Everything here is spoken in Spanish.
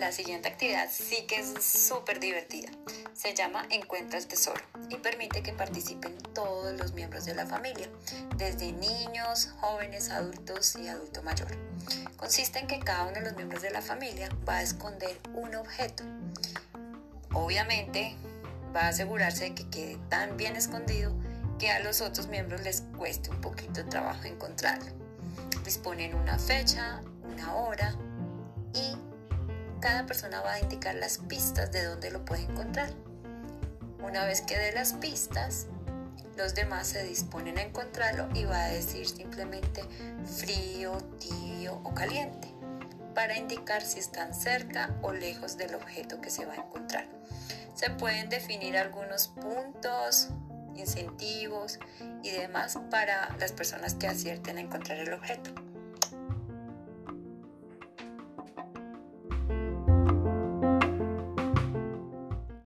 La siguiente actividad sí que es súper divertida. Se llama Encuentra el Tesoro y permite que participen todos los miembros de la familia, desde niños, jóvenes, adultos y adulto mayor. Consiste en que cada uno de los miembros de la familia va a esconder un objeto. Obviamente va a asegurarse de que quede tan bien escondido que a los otros miembros les cueste un poquito de trabajo encontrarlo. Disponen una fecha, una hora y cada persona va a indicar las pistas de dónde lo puede encontrar. Una vez que dé las pistas, los demás se disponen a encontrarlo y va a decir simplemente frío, tibio o caliente para indicar si están cerca o lejos del objeto que se va a encontrar. Se pueden definir algunos puntos, incentivos y demás para las personas que acierten a encontrar el objeto.